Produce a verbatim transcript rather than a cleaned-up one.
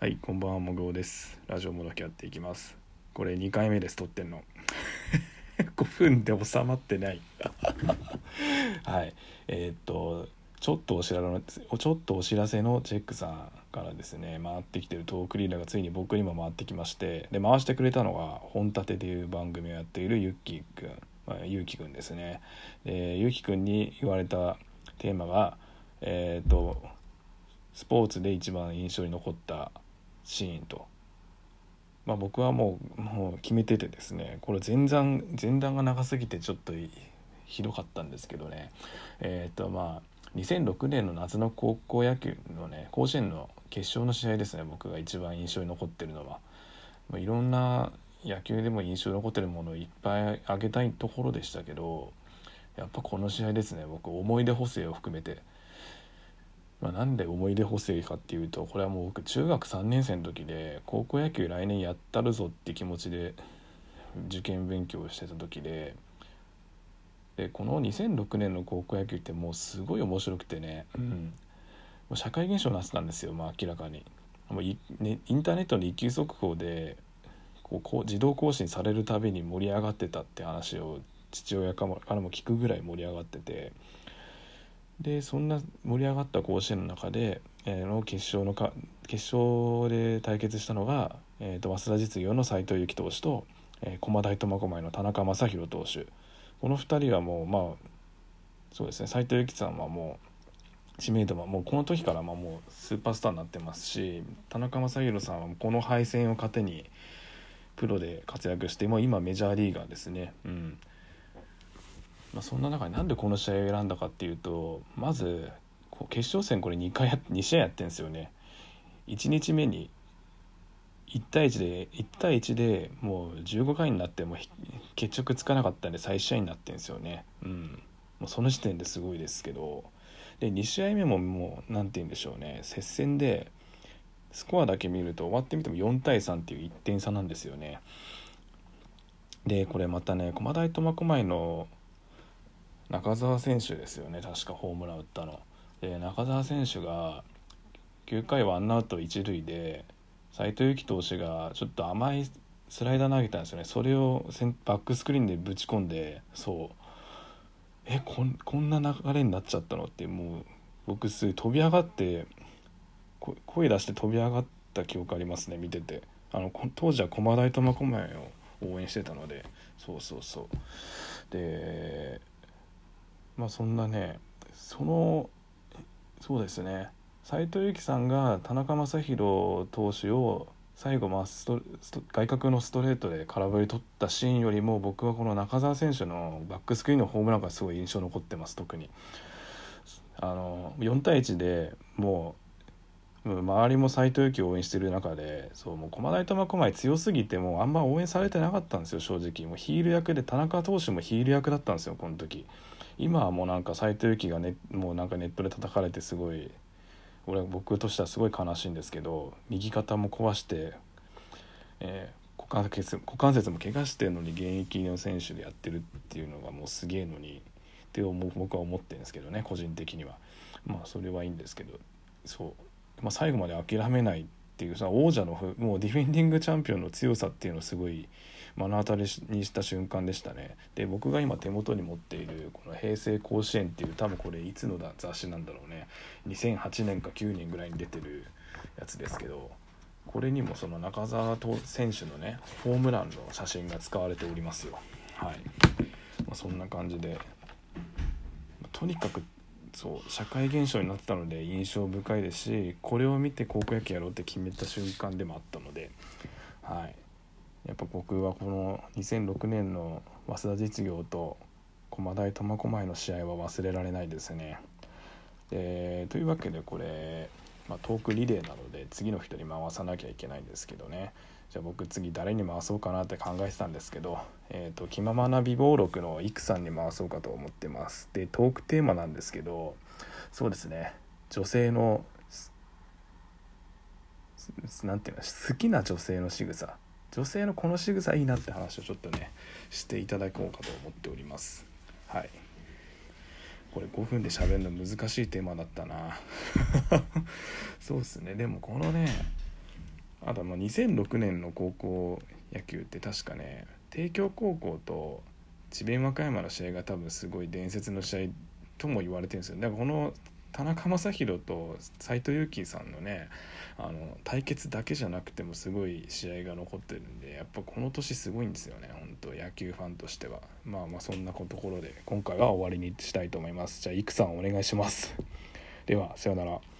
はい、こんばんは、もぐおです。ラジオもどきやっていきます。これにかいめです、撮ってんの。ごふんで収まってない。はい、えーっと、ちょっとお知らせの、ちょっとお知らせのチェックさんからですね、回ってきてるトークリーダーがついに僕にも回ってきまして、で、回してくれたのが、本立てという番組をやっているゆっきーくん、まあ、ゆうきくんですね。で、ゆうきくんに言われたテーマが、えーっと、スポーツで一番印象に残ったシーンと、まあ、僕はもう、もう決めててですね、これ前段前段が長すぎてちょっとひどかったんですけどね、えっとまあにせんろくねんの夏の高校野球のね、甲子園の決勝の試合ですね。僕が一番印象に残ってるのは、まあ、いろんな野球でも印象に残ってるものをいっぱい挙げたいところでしたけど、やっぱこの試合ですね。僕思い出補正を含めて、まあ、なんで思い出補正かっていうと、これはもう僕中学さんねん生の時で、高校野球来年やったるぞって気持ちで受験勉強をしてた時で、でこのにせんろくねんの高校野球ってもうすごい面白くてね、うん、もう社会現象になってたんですよ。まあ明らかにもうい、ね、インターネットの一級速報でこうこう自動更新されるたびに盛り上がってたって話を父親からも聞くぐらい盛り上がってて、でそんな盛り上がった甲子園の中で、えー、の決勝のか決勝で対決したのが、えー、と早稲田実業の斎藤佑樹投手と、えー、駒大苫小牧の田中将大投手。このふたりはもうまあそうですね、斎藤佑樹さんはもう知名度はもうこの時からまあもうスーパースターになってますし、田中将大さんはこの敗戦を糧にプロで活躍して、もう今メジャーリーガーですね。うんまあ、そんな中でなんでこの試合を選んだかっていうと、まずこう決勝戦これにかいやに試合やってるんですよね。いちにちめにいち対いちでいち対いちでもうじゅうごかいになっても決着つかなかったんで再試合になってるんですよね。うん、もうその時点ですごいですけど、でに試合目ももうなんて言うんでしょうね、接戦でスコアだけ見ると終わってみてもよん対さんっていういってん差なんですよね。でこれまたね、駒大苫小牧の中澤選手ですよね、確かホームラン打ったので、中澤選手がきゅうかいワンアウト一塁で斎藤佑樹投手がちょっと甘いスライダー投げたんですよね。それをバックスクリーンでぶち込んで、そうえこんこんな流れになっちゃったのって、もう僕すぐ飛び上がって声出して飛び上がった記憶ありますね、見てて。あの当時は駒大苫小牧を応援してたので、そうそうそうでまあそんなね、そのそうですね、斎藤佑樹さんが田中将大投手を最後まあストスト外角のストレートで空振り取ったシーンよりも、僕はこの中澤選手のバックスクリーンのホームランがすごい印象残ってます。特にあのよん対いちでもう周りも斎藤佑樹を応援してる中で、そうもう駒大苫小牧強すぎてもうあんま応援されてなかったんですよ、正直。もうヒール役で田中投手もヒール役だったんですよ、この時。今はもうなんか斎藤佑樹がね、もうなんかネットで叩かれてすごい、俺僕としてはすごい悲しいんですけど、右肩も壊して、えー、股関節股関節も怪我してるのに現役の選手でやってるっていうのがもうすげえのにって僕は思ってるんですけどね、個人的には。まあそれはいいんですけど、そう、まあ、最後まで諦めないっていう、その王者のもうディフェンディングチャンピオンの強さっていうのをすごい目の当たりにした瞬間でしたね。で僕が今手元に持っているこの平成甲子園っていう、多分これいつの雑誌なんだろうね、にせんはちねんかきゅうねんぐらいに出てるやつですけど、これにもその中澤選手のねホームランの写真が使われておりますよ。はい、まあ、そんな感じでとにかくそう社会現象になってたので印象深いですし、これを見て高校野球やろうって決めた瞬間でもあったので、はい、やっぱ僕はこのにせんろくねんの早稲田実業と駒大苫小牧の試合は忘れられないですね。でというわけでこれ、まあ、トークリレーなので次の人に回さなきゃいけないんですけどね。じゃあ僕次誰に回そうかなって考えてたんですけど、えーと、気ままな美貌録のイクさんに回そうかと思ってます。でトークテーマなんですけど、そうですね、女性のなんていうの、好きな女性の仕草、女性のこの仕草いいなって話をちょっとねしていただこうかと思っております。はい、これごふんで喋るの難しいテーマだったなそうですね。でもこのねあとまあにせんろくねんの高校野球って確かね、帝京高校と智弁和歌山の試合が多分すごい伝説の試合とも言われてるんですよ。だからこの田中将大と斎藤佑樹さんのね、あの対決だけじゃなくてもすごい試合が残ってるんで、やっぱこの年すごいんですよね、本当野球ファンとしては。まあまあそんなところで今回は終わりにしたいと思います。じゃあイクさんお願いします。ではさようなら。